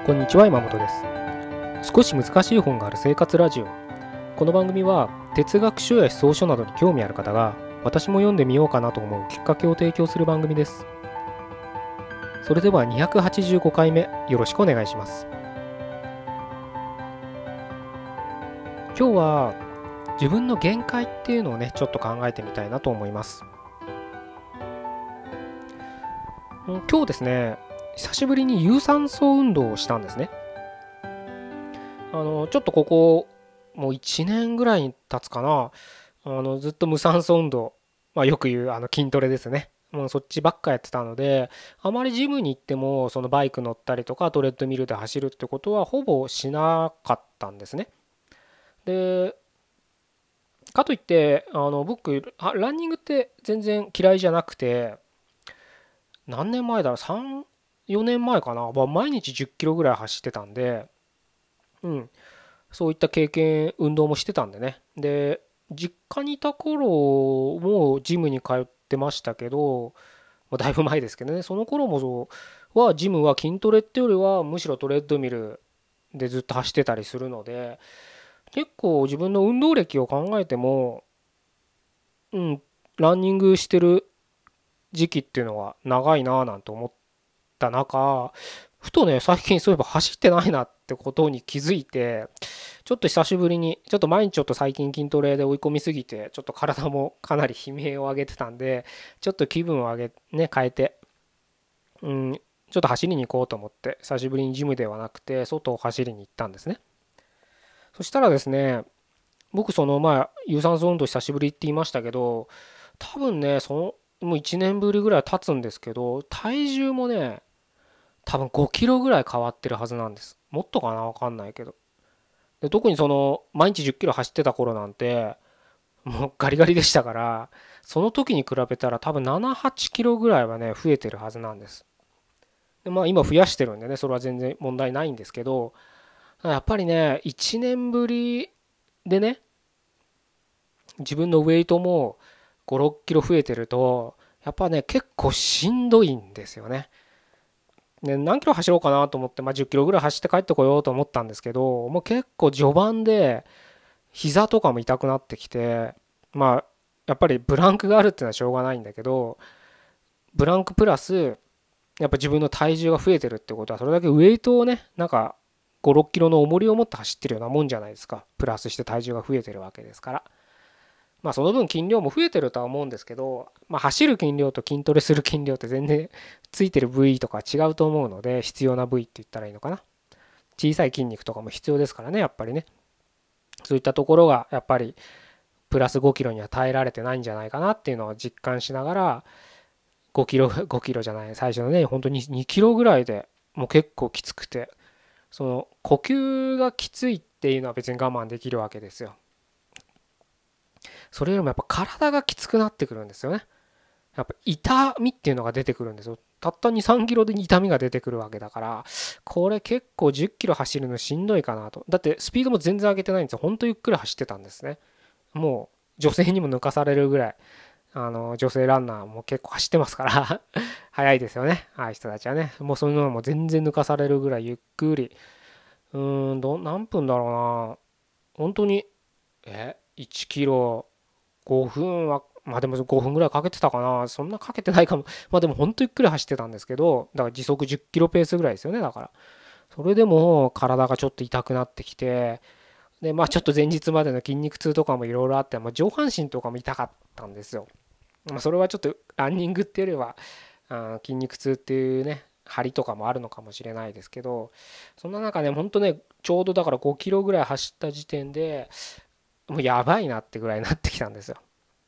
こんにちは、山本です。少し難しい本がある生活ラジオ。この番組は哲学書や思想書などに興味ある方が、私も読んでみようかなと思うきっかけを提供する番組です。それでは285回目、よろしくお願いします。今日は自分の限界っていうのをね、ちょっと考えてみたいなと思います。今日ですね、久しぶりに有酸素運動をしたんですね。ちょっとここもう1年ぐらいに経つかな。ずっと無酸素運動、よく言う筋トレですね。もうそっちばっかやってたので、あまりジムに行ってもそのバイク乗ったりとかトレッドミルで走るってことはほぼしなかったんですね。で、かといって僕ランニングって全然嫌いじゃなくて、何年前だろう、3、4年前かな、毎日10キロぐらい走ってたんで、うん、そういった経験、運動もしてたんでね。で、実家にいた頃もジムに通ってましたけど、だいぶ前ですけどね、その頃もジムは筋トレってよりはむしろトレッドミルでずっと走ってたりするので、結構自分の運動歴を考えても、うん、ランニングしてる時期っていうのは長いなぁなんて思った中、ふとね、最近そういえば走ってないなってことに気づいて、ちょっと久しぶりに、ちょっと毎日ちょっと最近筋トレで追い込みすぎて、ちょっと体もかなり悲鳴を上げてたんで、ちょっと気分を変えて、うん、ちょっと走りに行こうと思って、久しぶりにジムではなくて、外を走りに行ったんですね。そしたらですね、僕有酸素運動久しぶりって言いましたけど、多分ね、もう1年ぶりぐらい経つんですけど、体重もね、多分5キロぐらい変わってるはずなんです。もっとかな、わかんないけど。で、特に毎日10キロ走ってた頃なんて、もうガリガリでしたから、その時に比べたら多分7、8キロぐらいはね、増えてるはずなんです。で、今増やしてるんでね、それは全然問題ないんですけど、やっぱりね、1年ぶりでね、自分のウェイトも5、6キロ増えてると、やっぱね、結構しんどいんですよね。で、何キロ走ろうかなと思って、10キロぐらい走って帰ってこようと思ったんですけど、もう結構序盤で膝とかも痛くなってきて、やっぱりブランクがあるっていうのはしょうがないんだけど、ブランクプラス、やっぱ自分の体重が増えてるってことは、それだけウェイトをね、5、6キロの重りを持って走ってるようなもんじゃないですか。プラスして体重が増えてるわけですから。その分筋量も増えてるとは思うんですけど、走る筋量と筋トレする筋量って全然ついてる部位とか違うと思うので、必要な部位って言ったらいいのかな。小さい筋肉とかも必要ですからね、やっぱりね。そういったところがやっぱりプラス5キロには耐えられてないんじゃないかなっていうのを実感しながら、5キロ、5キロじゃない、最初のね、本当に2キロぐらいでもう結構きつくて、その呼吸がきついっていうのは別に我慢できるわけですよ。それよりもやっぱ体がきつくなってくるんですよね。やっぱ痛みっていうのが出てくるんですよ。たった2、3キロで痛みが出てくるわけだから、これ結構10キロ走るのしんどいかなと。だってスピードも全然上げてないんですよ。ほんとゆっくり走ってたんですね。もう女性にも抜かされるぐらい、女性ランナーも結構走ってますから早いですよね。ああいう人たちはね。もうそういうのも全然抜かされるぐらいゆっくり。何分だろうな。本当に、1キロ5分は、でも5分ぐらいかけてたかな。そんなかけてないかも。でも本当ゆっくり走ってたんですけど、だから時速10キロペースぐらいですよね。だから。それでも体がちょっと痛くなってきて、で、ちょっと前日までの筋肉痛とかもいろいろあって、上半身とかも痛かったんですよ。それはちょっとランニングっていうよりは、筋肉痛っていうね、張りとかもあるのかもしれないですけど、そんな中ね、本当ね、ちょうどだから5キロぐらい走った時点で、もうやばいなってぐらいになってきたんですよ。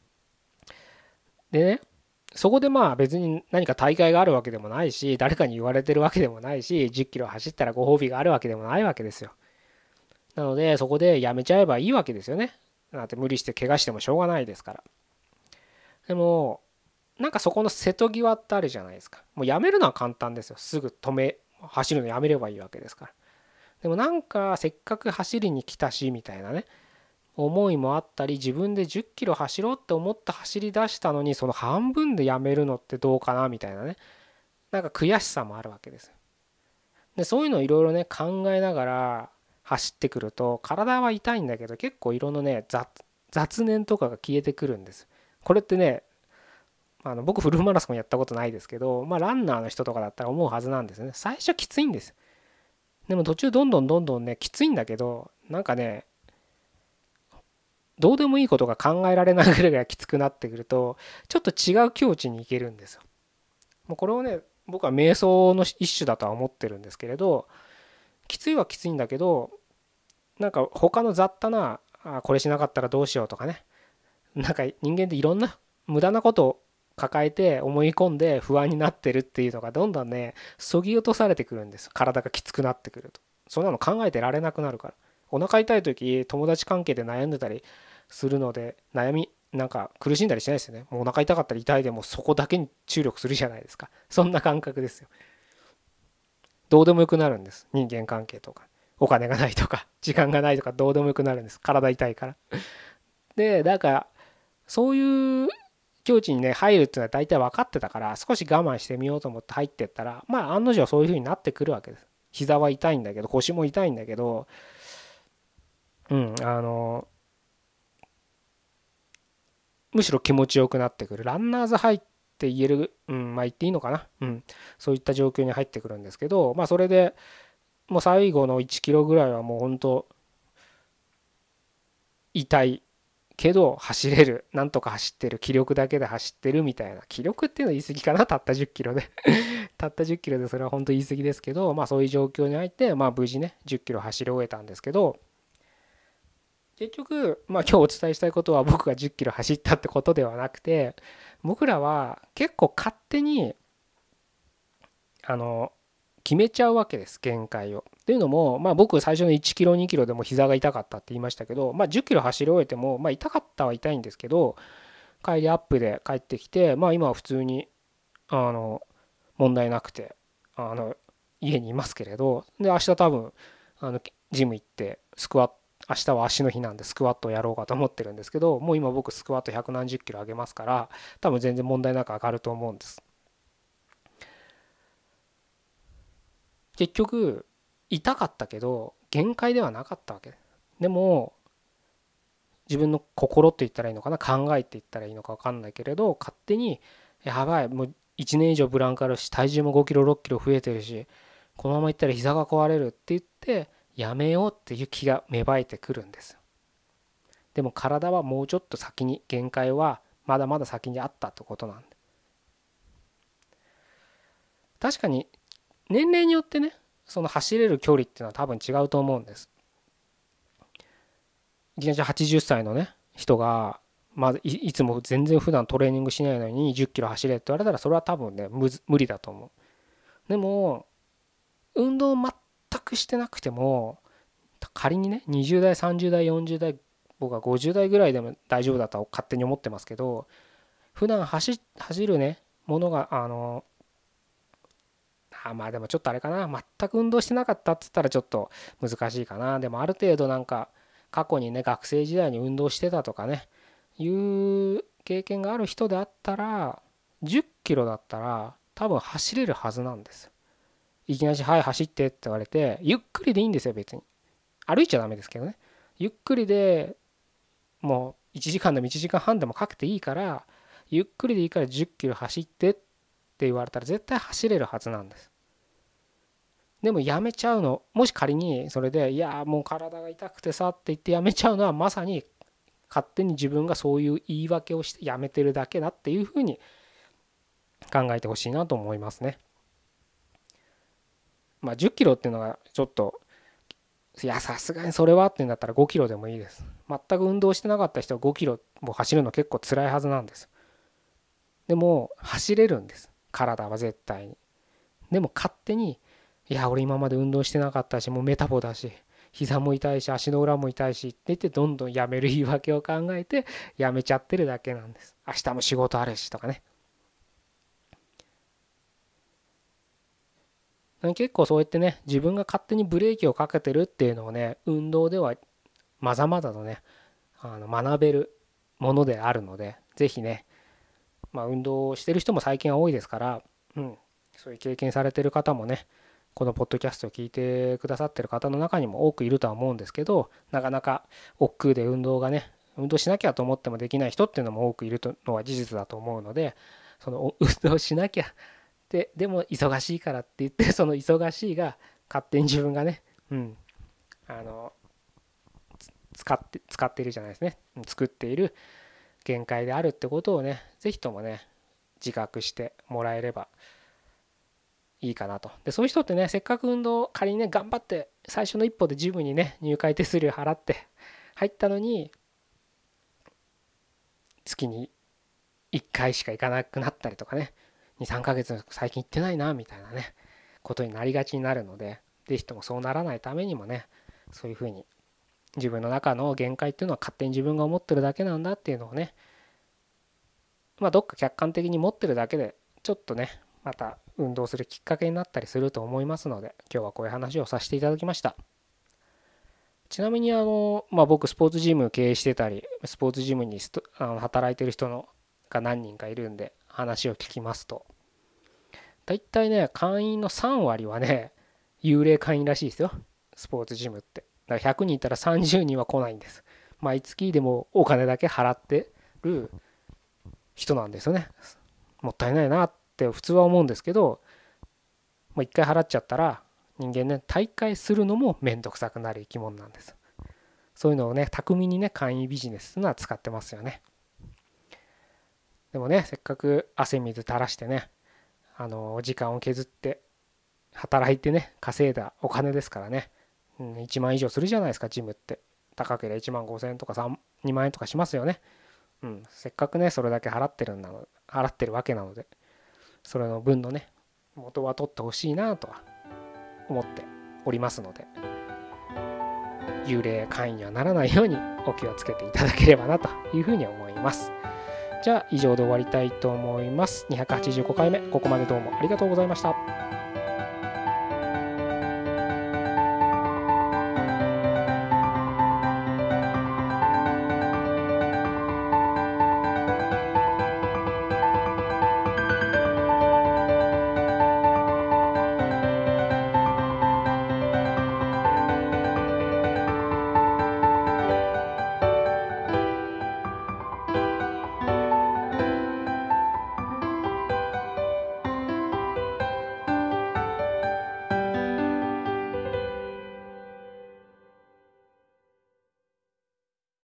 でね、そこで別に何か大会があるわけでもないし、誰かに言われてるわけでもないし、10キロ走ったらご褒美があるわけでもないわけですよ。なので、そこでやめちゃえばいいわけですよね。だって無理して怪我してもしょうがないですから。でも、そこの瀬戸際ってあるじゃないですか。もうやめるのは簡単ですよ。すぐ走るのやめればいいわけですから。でもせっかく走りに来たし、みたいなね、思いもあったり、自分で10キロ走ろうって思って走り出したのに、その半分でやめるのってどうかな、みたいなね。悔しさもあるわけです。 でそういうのをいろいろね考えながら走ってくると体は痛いんだけど結構いろんなね雑念とかが消えてくるんです。これってね僕フルマラソンやったことないですけど、ランナーの人とかだったら思うはずなんですね。最初きついんです。でも途中どんどんねきついんだけどなんかねどうでもいいことが考えられないぐらいきつくなってくるとちょっと違う境地に行けるんですよ。もうこれをね僕は瞑想の一種だとは思ってるんですけれど、きついはきついんだけどなんか他の雑多なこれしなかったらどうしようとかね、なんか人間っていろんな無駄なことを抱えて思い込んで不安になってるっていうのがどんどんねそぎ落とされてくるんです。体がきつくなってくるとそんなの考えてられなくなるから。お腹痛い時友達関係で悩んでたりするので悩みなんか苦しんだりしないですよね。もうお腹痛かったり痛いでもそこだけに注力するじゃないですか。そんな感覚ですよ。どうでもよくなるんです。人間関係とかお金がないとか時間がないとかどうでもよくなるんです。体痛いから。でだからそういう境地にね入るっていうのは大体分かってたから少し我慢してみようと思って入ってったら案の定そういう風になってくるわけです。膝は痛いんだけど腰も痛いんだけどむしろ気持ちよくなってくるランナーズハイって言える、言っていいのかな、そういった状況に入ってくるんですけど、それでもう最後の1キロぐらいはもう本当痛いけど走れるなんとか走ってる気力だけで走ってるみたいな、気力っていうのは言い過ぎかな、たった10キロでたった10キロでそれは本当言い過ぎですけど、そういう状況に入って、無事ね10キロ走り終えたんですけど、結局、今日お伝えしたいことは僕が10キロ走ったってことではなくて、僕らは結構勝手にあの決めちゃうわけです、限界を。というのも、僕最初の1キロ2キロでも膝が痛かったって言いましたけど、10キロ走り終えても、痛かったは痛いんですけど、帰りアップで帰ってきて、今は普通にあの問題なくて家にいますけれど、で明日多分ジム行ってスクワット、明日は足の日なんでスクワットをやろうかと思ってるんですけど、もう今僕スクワット百何十キロ上げますから多分全然問題なく上がると思うんです。結局痛かったけど限界ではなかったわけでも、自分の心って言ったらいいのかな、考えて言ったらいいのか分かんないけれど勝手にやばいもう1年以上ブランクあるし体重も5キロ6キロ増えてるしこのままいったら膝が壊れるって言ってやめようっていう気が芽生えてくるんです。でも体はもうちょっと先に、限界はまだまだ先にあったってことなんで、確かに年齢によってねその走れる距離っていうのは多分違うと思うんです。いきなり80歳のね人がいつも全然普段トレーニングしないのに10キロ走れって言われたらそれは多分ね無理だと思う。でも運動全くしてなくても仮にね20代30代40代僕は50代ぐらいでも大丈夫だとは勝手に思ってますけど、普段走るねものがでもちょっとあれかな、全く運動してなかったっつったらちょっと難しいかな。でもある程度なんか過去にね学生時代に運動してたとかねいう経験がある人であったら10キロだったら多分走れるはずなんです。いきなり「はい走って」って言われてゆっくりでいいんですよ。別に歩いちゃダメですけどね、ゆっくりでもう1時間でも1時間半でもかけていいからゆっくりでいいから10キロ走ってって言われたら絶対走れるはずなんです。でもやめちゃうの、もし仮にそれで「いやもう体が痛くてさ」って言ってやめちゃうのはまさに勝手に自分がそういう言い訳をしてやめてるだけだっていうふうに考えてほしいなと思いますね。10キロっていうのがちょっと、いやさすがにそれはっていうんだったら5キロでもいいです。全く運動してなかった人は5キロも走るの結構辛いはずなんです。でも走れるんです、体は絶対に。でも勝手に「いや俺今まで運動してなかったしもうメタボだし膝も痛いし足の裏も痛いし」って言ってどんどんやめる言い訳を考えてやめちゃってるだけなんです。明日も仕事あるしとかね。結構そうやってね自分が勝手にブレーキをかけてるっていうのをね運動ではまざまざとね学べるものであるので、ぜひね、運動してる人も最近は多いですから、そういう経験されてる方もねこのポッドキャストを聞いてくださってる方の中にも多くいるとは思うんですけど、なかなか億劫で運動しなきゃと思ってもできない人っていうのも多くいるのは事実だと思うので、その運動しなきゃでも忙しいからって言って、その忙しいが勝手に自分がね、あの使っているじゃないですね、作っている限界であるってことをね、ぜひともね自覚してもらえればいいかなと。でそういう人ってね、せっかく運動仮にね頑張って最初の一歩でジムにね入会手数料払って入ったのに、月に1回しか行かなくなったりとかね、23ヶ月最近行ってないなみたいなねことになりがちになるので、ぜひともそうならないためにもね、そういうふうに自分の中の限界っていうのは勝手に自分が思ってるだけなんだっていうのをね、どっか客観的に持ってるだけでちょっとねまた運動するきっかけになったりすると思いますので、今日はこういう話をさせていただきました。ちなみに僕スポーツジム経営してたり、スポーツジムに働いてる人が何人かいるんで話を聞きますと、だいたいね会員の3割はね幽霊会員らしいですよ、スポーツジムって。だから100人いたら30人は来ないんです。毎月でもお金だけ払ってる人なんですよね。もったいないなって普通は思うんですけど、一回払っちゃったら人間ね、大会するのもめんどくさくなる生き物なんです。そういうのをね巧みにね会員ビジネスっていうのは使ってますよね。でもね、せっかく汗水垂らしてね、時間を削って働いてね稼いだお金ですからね、1万以上するじゃないですかジムって。高ければ1万5千円とか2万円とかしますよね。せっかくねそれだけ払ってるわけなので、それの分のね元は取ってほしいなとは思っておりますので、幽霊会員にはならないようにお気をつけていただければなというふうに思います。じゃあ以上で終わりたいと思います。285回目、ここまでどうもありがとうございました。